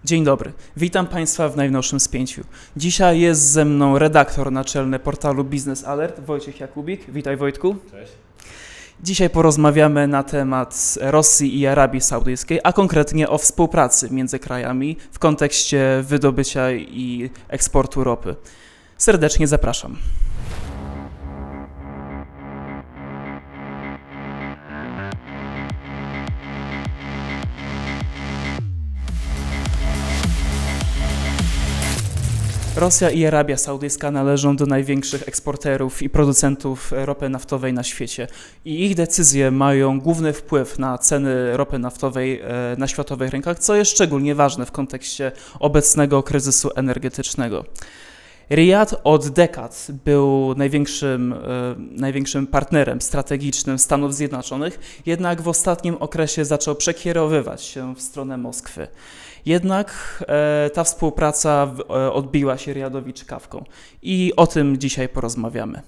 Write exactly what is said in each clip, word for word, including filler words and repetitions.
Dzień dobry, witam Państwa w najnowszym spięciu. Dzisiaj jest ze mną redaktor naczelny portalu Business Alert, Wojciech Jakubik. Witaj, Wojtku. Cześć. Dzisiaj porozmawiamy na temat Rosji i Arabii Saudyjskiej, a konkretnie o współpracy między krajami w kontekście wydobycia i eksportu ropy. Serdecznie zapraszam. Rosja i Arabia Saudyjska należą do największych eksporterów i producentów ropy naftowej na świecie i ich decyzje mają główny wpływ na ceny ropy naftowej na światowych rynkach, co jest szczególnie ważne w kontekście obecnego kryzysu energetycznego. Riyad od dekad był największym, największym partnerem strategicznym Stanów Zjednoczonych, jednak w ostatnim okresie zaczął przekierowywać się w stronę Moskwy. Jednak e, ta współpraca w, e, odbiła się Riyadowi czkawką i o tym dzisiaj porozmawiamy.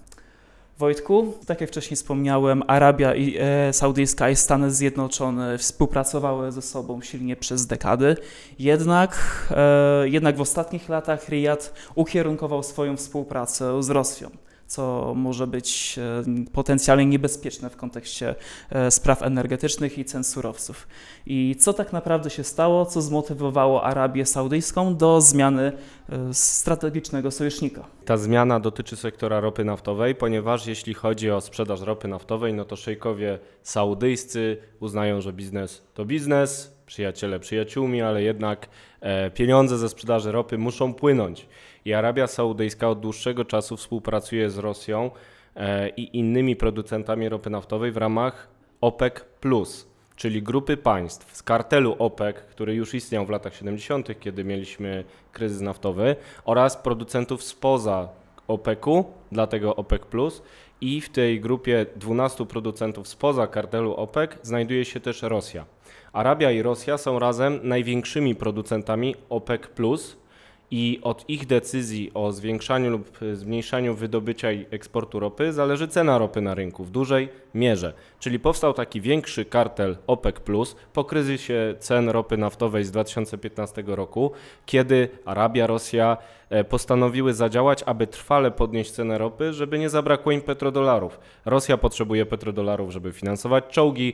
Wojtku, tak jak wcześniej wspomniałem, Arabia i, e, Saudyjska i Stany Zjednoczone współpracowały ze sobą silnie przez dekady, jednak, e, jednak w ostatnich latach Riyad ukierunkował swoją współpracę z Rosją, co może być potencjalnie niebezpieczne w kontekście spraw energetycznych i cen surowców. I co tak naprawdę się stało, co zmotywowało Arabię Saudyjską do zmiany strategicznego sojusznika? Ta zmiana dotyczy sektora ropy naftowej, ponieważ jeśli chodzi o sprzedaż ropy naftowej, no to szejkowie saudyjscy uznają, że biznes to biznes, przyjaciele przyjaciółmi, ale jednak e, pieniądze ze sprzedaży ropy muszą płynąć. I Arabia Saudyjska od dłuższego czasu współpracuje z Rosją e, i innymi producentami ropy naftowej w ramach OPEC plus, czyli grupy państw z kartelu OPEC, który już istniał w latach siedemdziesiątych, kiedy mieliśmy kryzys naftowy, oraz producentów spoza OPEC-u, dlatego OPEC plus. I w tej grupie dwunastu producentów spoza kartelu OPEC znajduje się też Rosja. Arabia i Rosja są razem największymi producentami OPEC plus i od ich decyzji o zwiększaniu lub zmniejszaniu wydobycia i eksportu ropy zależy cena ropy na rynku w dużej mierze. Czyli powstał taki większy kartel OPEC plus po kryzysie cen ropy naftowej z dwa tysiące piętnastego roku, kiedy Arabia, Rosja postanowiły zadziałać, aby trwale podnieść cenę ropy, żeby nie zabrakło im petrodolarów. Rosja potrzebuje petrodolarów, żeby finansować czołgi,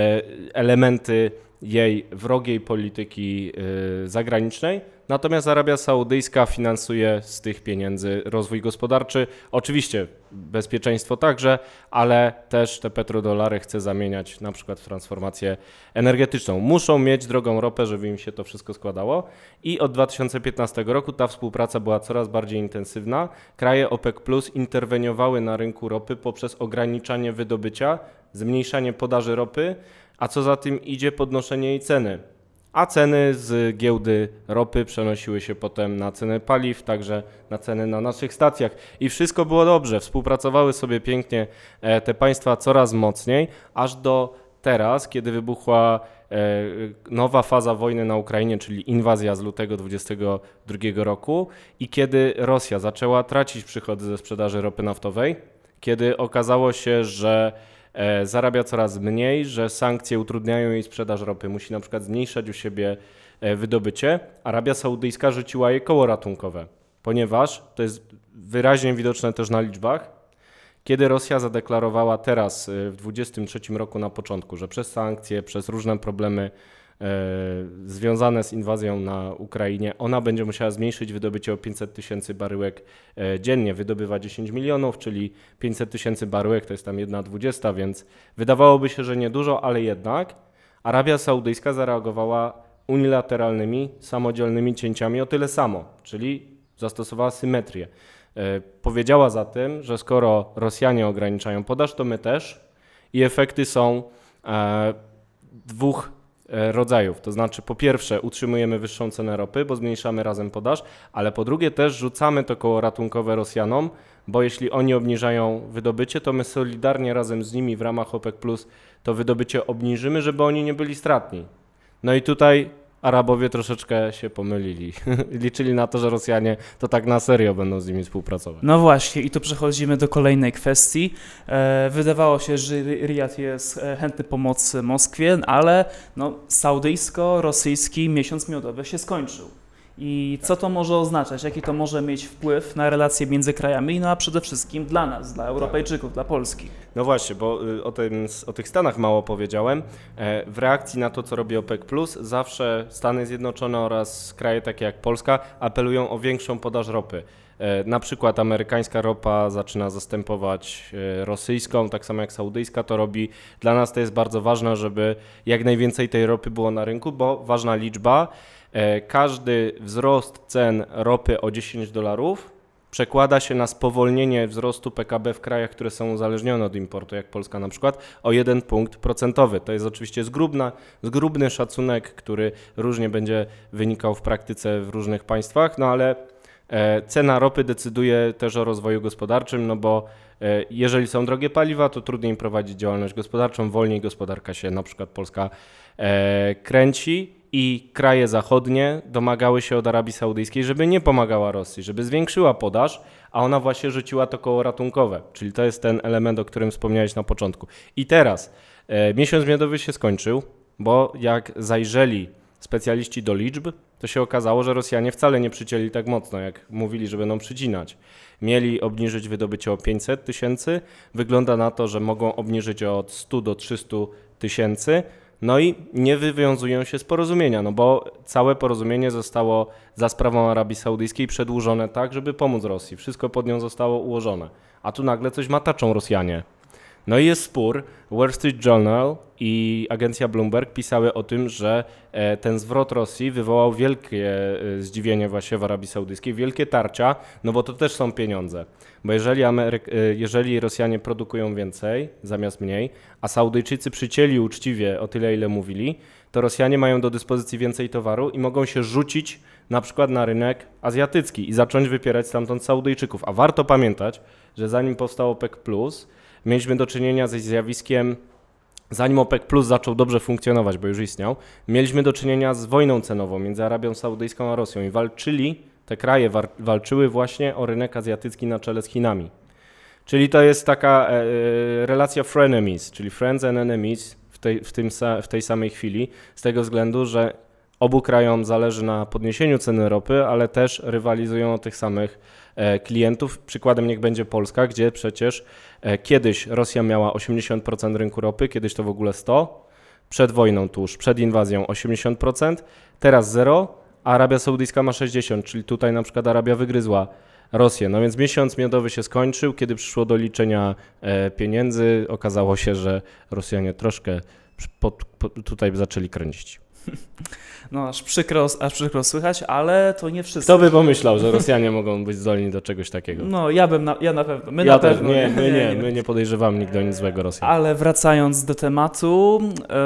elementy jej wrogiej polityki zagranicznej, natomiast Arabia Saudyjska finansuje z tych pieniędzy rozwój gospodarczy, oczywiście bezpieczeństwo także, ale też te petrodolary chce zamieniać na przykład w transformację energetyczną. Muszą mieć drogą ropę, żeby im się to wszystko składało i od dwa tysiące piętnastego roku ta współpraca była coraz bardziej intensywna. Kraje OPEC plus interweniowały na rynku ropy poprzez ograniczanie wydobycia, zmniejszanie podaży ropy, a co za tym idzie podnoszenie jej ceny. A ceny z giełdy ropy przenosiły się potem na ceny paliw, także na ceny na naszych stacjach. I wszystko było dobrze, współpracowały sobie pięknie te państwa coraz mocniej, aż do teraz, kiedy wybuchła nowa faza wojny na Ukrainie, czyli inwazja z lutego dwudziestego drugiego roku i kiedy Rosja zaczęła tracić przychody ze sprzedaży ropy naftowej, kiedy okazało się, że zarabia coraz mniej, że sankcje utrudniają jej sprzedaż ropy, musi na przykład zmniejszać u siebie wydobycie. Arabia Saudyjska rzuciła jej koło ratunkowe, ponieważ to jest wyraźnie widoczne też na liczbach, kiedy Rosja zadeklarowała teraz w dwudziestym trzecim roku na początku, że przez sankcje, przez różne problemy związane z inwazją na Ukrainie, ona będzie musiała zmniejszyć wydobycie o pięćset tysięcy baryłek dziennie. Wydobywa dziesięć milionów, czyli pięćset tysięcy baryłek to jest tam jedna dwudziesta, więc wydawałoby się, że niedużo, ale jednak Arabia Saudyjska zareagowała unilateralnymi, samodzielnymi cięciami o tyle samo, czyli zastosowała symetrię. Powiedziała zatem, że skoro Rosjanie ograniczają podaż, to my też i efekty są dwóch rodzajów, to znaczy po pierwsze utrzymujemy wyższą cenę ropy, bo zmniejszamy razem podaż, ale po drugie też rzucamy to koło ratunkowe Rosjanom, bo jeśli oni obniżają wydobycie, to my solidarnie razem z nimi w ramach OPEC plus to wydobycie obniżymy, żeby oni nie byli stratni. No i tutaj Arabowie troszeczkę się pomylili. Liczyli na to, że Rosjanie to tak na serio będą z nimi współpracować. No właśnie, i tu przechodzimy do kolejnej kwestii. E, wydawało się, że Riyad jest chętny pomocy Moskwie, ale no, saudyjsko-rosyjski miesiąc miodowy się skończył. I co to może oznaczać? Jaki to może mieć wpływ na relacje między krajami, no a przede wszystkim dla nas, dla Europejczyków, dla Polski? No właśnie, bo o, tym, o tych Stanach mało powiedziałem. W reakcji na to, co robi OPEC plus, zawsze Stany Zjednoczone oraz kraje takie jak Polska apelują o większą podaż ropy. Na przykład amerykańska ropa zaczyna zastępować rosyjską, tak samo jak saudyjska to robi. Dla nas to jest bardzo ważne, żeby jak najwięcej tej ropy było na rynku, bo ważna liczba, każdy wzrost cen ropy o dziesięć dolarów przekłada się na spowolnienie wzrostu P K B w krajach, które są uzależnione od importu, jak Polska na przykład, o jeden punkt procentowy. To jest oczywiście zgrubna, zgrubny szacunek, który różnie będzie wynikał w praktyce w różnych państwach, no ale cena ropy decyduje też o rozwoju gospodarczym, no bo jeżeli są drogie paliwa, to trudniej prowadzić działalność gospodarczą, wolniej gospodarka się, na przykład Polska, kręci. I kraje zachodnie domagały się od Arabii Saudyjskiej, żeby nie pomagała Rosji, żeby zwiększyła podaż, a ona właśnie rzuciła to koło ratunkowe, czyli to jest ten element, o którym wspomniałeś na początku. I teraz e, miesiąc miodowy się skończył, bo jak zajrzeli specjaliści do liczb, to się okazało, że Rosjanie wcale nie przycięli tak mocno, jak mówili, że będą przycinać. Mieli obniżyć wydobycie o pięćset tysięcy, wygląda na to, że mogą obniżyć od stu do trzystu tysięcy, no i nie wywiązują się z porozumienia, no bo całe porozumienie zostało za sprawą Arabii Saudyjskiej przedłużone tak, żeby pomóc Rosji. Wszystko pod nią zostało ułożone. A tu nagle coś mataczą Rosjanie. No i jest spór. Wall Street Journal i agencja Bloomberg pisały o tym, że ten zwrot Rosji wywołał wielkie zdziwienie właśnie w Arabii Saudyjskiej, wielkie tarcia, no bo to też są pieniądze. Bo jeżeli, Ameryk- jeżeli Rosjanie produkują więcej zamiast mniej, a Saudyjczycy przycięli uczciwie o tyle, ile mówili, to Rosjanie mają do dyspozycji więcej towaru i mogą się rzucić na przykład na rynek azjatycki i zacząć wypierać stamtąd Saudyjczyków. A warto pamiętać, że zanim powstał OPEC plus, mieliśmy do czynienia ze zjawiskiem, zanim OPEC plus zaczął dobrze funkcjonować, bo już istniał, mieliśmy do czynienia z wojną cenową między Arabią Saudyjską a Rosją i walczyli, te kraje war, walczyły właśnie o rynek azjatycki na czele z Chinami. Czyli to jest taka e, relacja frenemies, czyli friends and enemies w tej, w, tym, w tej samej chwili, z tego względu, że obu krajom zależy na podniesieniu ceny ropy, ale też rywalizują o tych samych e, klientów. Przykładem niech będzie Polska, gdzie przecież e, kiedyś Rosja miała osiemdziesiąt procent rynku ropy, kiedyś to w ogóle sto procent, przed wojną tuż, przed inwazją osiemdziesiąt procent, teraz zero, a Arabia Saudyjska ma sześćdziesiąt procent, czyli tutaj na przykład Arabia wygryzła Rosję. No więc miesiąc miodowy się skończył, kiedy przyszło do liczenia e, pieniędzy, okazało się, że Rosjanie troszkę pod, pod, tutaj zaczęli kręcić. No aż przykro, aż przykro słychać, ale to nie wszystko. Kto by pomyślał, że Rosjanie mogą być zdolni do czegoś takiego? No ja bym, na, ja na pewno, my ja na też, pewno. Nie, my nie, my nie podejrzewamy nigdy o nic złego Rosjan. Ale wracając do tematu,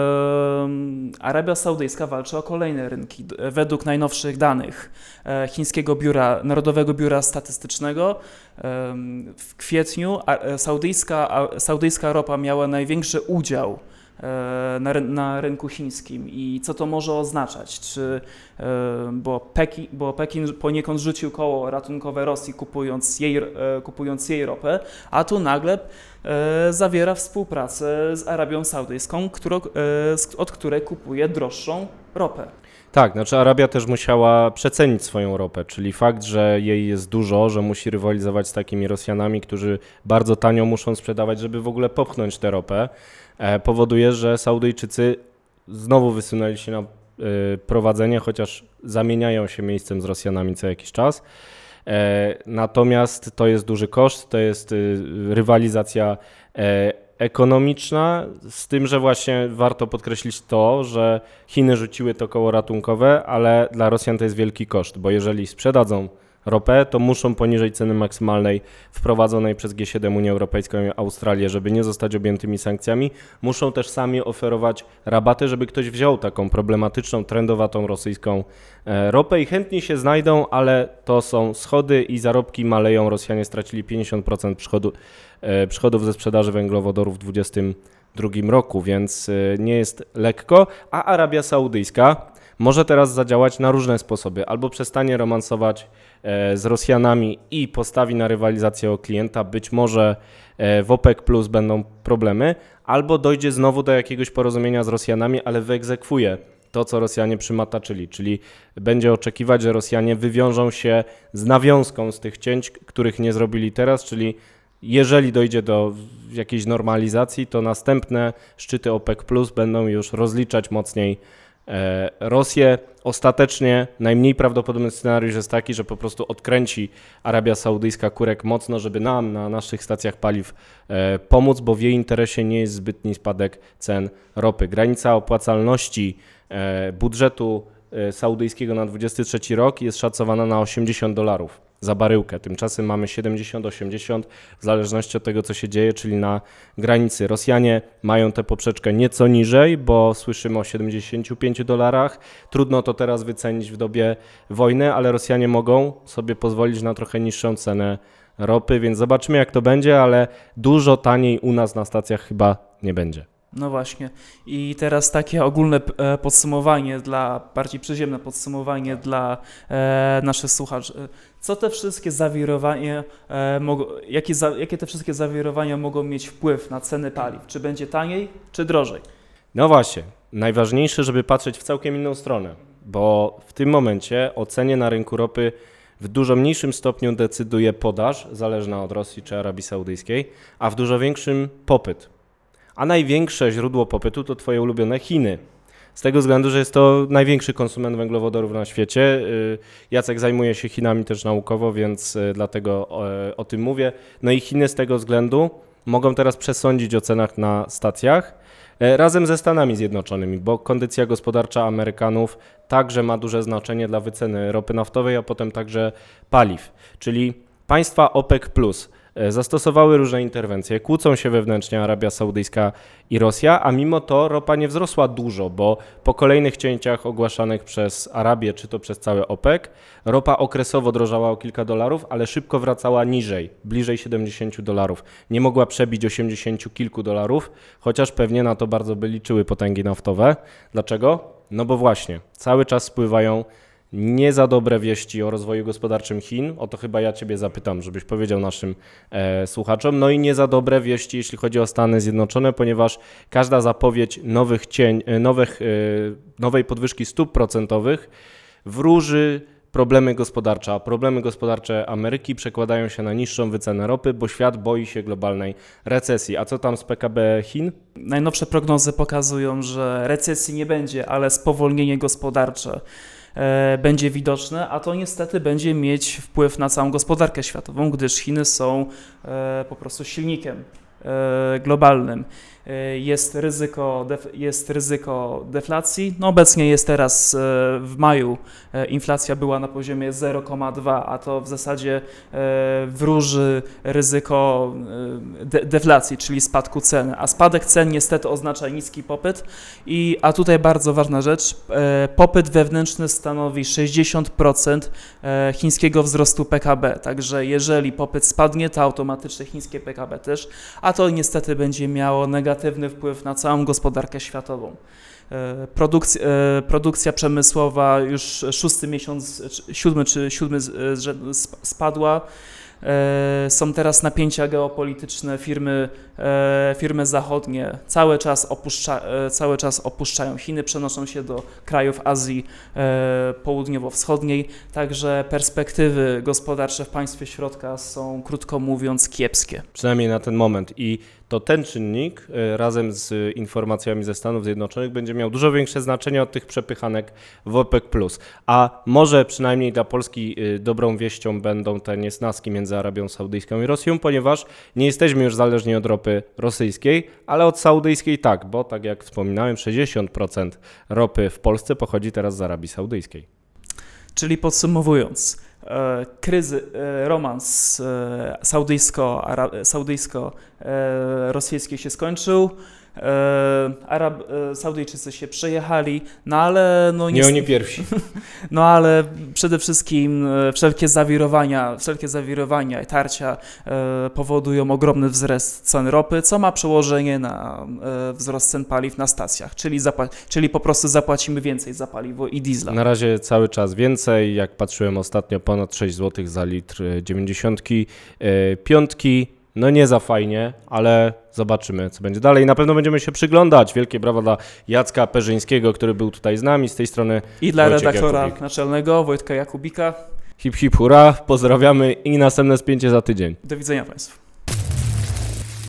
um, Arabia Saudyjska walczy o kolejne rynki. Według najnowszych danych e, chińskiego biura, Narodowego Biura Statystycznego um, w kwietniu a, saudyjska, a, saudyjska ropa miała największy udział Na, na rynku chińskim i co to może oznaczać? Czy, bo, Pekin, bo Pekin poniekąd rzucił koło ratunkowe Rosji, kupując jej, kupując jej ropę, a tu nagle zawiera współpracę z Arabią Saudyjską, którą, od której kupuje droższą ropę. Tak, znaczy Arabia też musiała przecenić swoją ropę, czyli fakt, że jej jest dużo, że musi rywalizować z takimi Rosjanami, którzy bardzo tanio muszą sprzedawać, żeby w ogóle popchnąć tę ropę, powoduje, że Saudyjczycy znowu wysunęli się na prowadzenie, chociaż zamieniają się miejscem z Rosjanami co jakiś czas. Natomiast to jest duży koszt, to jest rywalizacja ekonomiczna, z tym, że właśnie warto podkreślić to, że Chiny rzuciły to koło ratunkowe, ale dla Rosjan to jest wielki koszt, bo jeżeli sprzedadzą ropę, to muszą poniżej ceny maksymalnej wprowadzonej przez G siedem, Unię Europejską i Australię, żeby nie zostać objętymi sankcjami. Muszą też sami oferować rabaty, żeby ktoś wziął taką problematyczną, trendowatą rosyjską ropę i chętnie się znajdą, ale to są schody i zarobki maleją. Rosjanie stracili pięćdziesiąt procent przychodu, przychodów ze sprzedaży węglowodorów w dwudziestym drugim roku, więc nie jest lekko, a Arabia Saudyjska może teraz zadziałać na różne sposoby. Albo przestanie romansować e, z Rosjanami i postawi na rywalizację o klienta, być może e, w OPEC plus będą problemy, albo dojdzie znowu do jakiegoś porozumienia z Rosjanami, ale wyegzekwuje to, co Rosjanie przymataczyli, czyli będzie oczekiwać, że Rosjanie wywiążą się z nawiązką z tych cięć, których nie zrobili teraz, czyli jeżeli dojdzie do jakiejś normalizacji, to następne szczyty OPEC plus będą już rozliczać mocniej e, Rosję. Ostatecznie najmniej prawdopodobny scenariusz jest taki, że po prostu odkręci Arabia Saudyjska kurek mocno, żeby nam na naszych stacjach paliw e, pomóc, bo w jej interesie nie jest zbytni spadek cen ropy. Granica opłacalności e, budżetu e, saudyjskiego na dwudziesty trzeci rok jest szacowana na osiemdziesiąt dolarów za baryłkę. Tymczasem mamy siedemdziesiąt osiemdziesiąt w zależności od tego, co się dzieje, czyli na granicy. Rosjanie mają tę poprzeczkę nieco niżej, bo słyszymy o siedemdziesięciu pięciu dolarach. Trudno to teraz wycenić w dobie wojny, ale Rosjanie mogą sobie pozwolić na trochę niższą cenę ropy, więc zobaczymy, jak to będzie, ale dużo taniej u nas na stacjach chyba nie będzie. No właśnie. I teraz takie ogólne e, podsumowanie dla, bardziej przyziemne podsumowanie dla e, naszych słuchaczy. Co te wszystkie zawirowania, e, mogą, jakie, za, jakie te wszystkie zawirowania mogą mieć wpływ na ceny paliw? Czy będzie taniej, czy drożej? No właśnie. Najważniejsze, żeby patrzeć w całkiem inną stronę, bo w tym momencie o cenie na rynku ropy w dużo mniejszym stopniu decyduje podaż, zależna od Rosji czy Arabii Saudyjskiej, a w dużo większym popyt. A największe źródło popytu to twoje ulubione Chiny. Z tego względu, że jest to największy konsument węglowodorów na świecie. Jacek zajmuje się Chinami też naukowo, więc dlatego o, o tym mówię. No i Chiny z tego względu mogą teraz przesądzić o cenach na stacjach razem ze Stanami Zjednoczonymi, bo kondycja gospodarcza Amerykanów także ma duże znaczenie dla wyceny ropy naftowej, a potem także paliw. Czyli państwa OPEC plus zastosowały różne interwencje, kłócą się wewnętrznie Arabia Saudyjska i Rosja, a mimo to ropa nie wzrosła dużo, bo po kolejnych cięciach ogłaszanych przez Arabię, czy to przez cały OPEC, ropa okresowo drożała o kilka dolarów, ale szybko wracała niżej, bliżej siedemdziesięciu dolarów. Nie mogła przebić osiemdziesięciu kilku dolarów, chociaż pewnie na to bardzo by liczyły potęgi naftowe. Dlaczego? No bo właśnie, cały czas spływają nie za dobre wieści o rozwoju gospodarczym Chin, o to chyba ja Ciebie zapytam, żebyś powiedział naszym e, słuchaczom, no i nie za dobre wieści, jeśli chodzi o Stany Zjednoczone, ponieważ każda zapowiedź nowych cień, nowych, e, nowej podwyżki stóp procentowych wróży problemy gospodarcze, a problemy gospodarcze Ameryki przekładają się na niższą wycenę ropy, bo świat boi się globalnej recesji. A co tam z P K B Chin? Najnowsze prognozy pokazują, że recesji nie będzie, ale spowolnienie gospodarcze będzie widoczne, a to niestety będzie mieć wpływ na całą gospodarkę światową, gdyż Chiny są po prostu silnikiem globalnym. Jest ryzyko, jest ryzyko deflacji. No obecnie jest teraz w maju inflacja była na poziomie zero przecinek dwa, a to w zasadzie wróży ryzyko de deflacji, czyli spadku cen. A spadek cen niestety oznacza niski popyt. I, a tutaj bardzo ważna rzecz, popyt wewnętrzny stanowi sześćdziesiąt procent chińskiego wzrostu P K B. Także jeżeli popyt spadnie, to automatycznie chińskie P K B też, a to niestety będzie miało negatywny wpływ na całą gospodarkę światową. Produkcja, produkcja przemysłowa już szósty miesiąc, siódmy czy siódmy spadła. Są teraz napięcia geopolityczne, firmy, firmy zachodnie cały czas, opuszcza, cały czas opuszczają Chiny, przenoszą się do krajów Azji Południowo-Wschodniej, także perspektywy gospodarcze w państwie środka są, krótko mówiąc, kiepskie. Przynajmniej na ten moment i to ten czynnik razem z informacjami ze Stanów Zjednoczonych będzie miał dużo większe znaczenie od tych przepychanek w OPEC plus. A może przynajmniej dla Polski dobrą wieścią będą te niesnaski między Arabią Saudyjską i Rosją, ponieważ nie jesteśmy już zależni od ropy rosyjskiej, ale od saudyjskiej tak, bo tak jak wspominałem, sześćdziesiąt procent ropy w Polsce pochodzi teraz z Arabii Saudyjskiej. Czyli podsumowując, kryzy, romans saudyjsko-rosyjski się skończył, E, Arab, e, Saudyjczycy się przejechali, no ale... No, nie oni pierwsi. No ale przede wszystkim e, wszelkie zawirowania, wszelkie zawirowania i tarcia e, powodują ogromny wzrost cen ropy, co ma przełożenie na e, wzrost cen paliw na stacjach, czyli, zapła- czyli po prostu zapłacimy więcej za paliwo i diesla. Na razie cały czas więcej, jak patrzyłem ostatnio ponad sześć złotych za litr dziewięćdziesiątki, e, piątki. No nie za fajnie, ale zobaczymy, co będzie dalej. Na pewno będziemy się przyglądać. Wielkie brawa dla Jacka Perzyńskiego, który był tutaj z nami. Z tej strony I dla Wojciech redaktora Jakubik. naczelnego Wojtka Jakubika. Hip hip hura, pozdrawiamy i następne spięcie za tydzień. Do widzenia Państwu.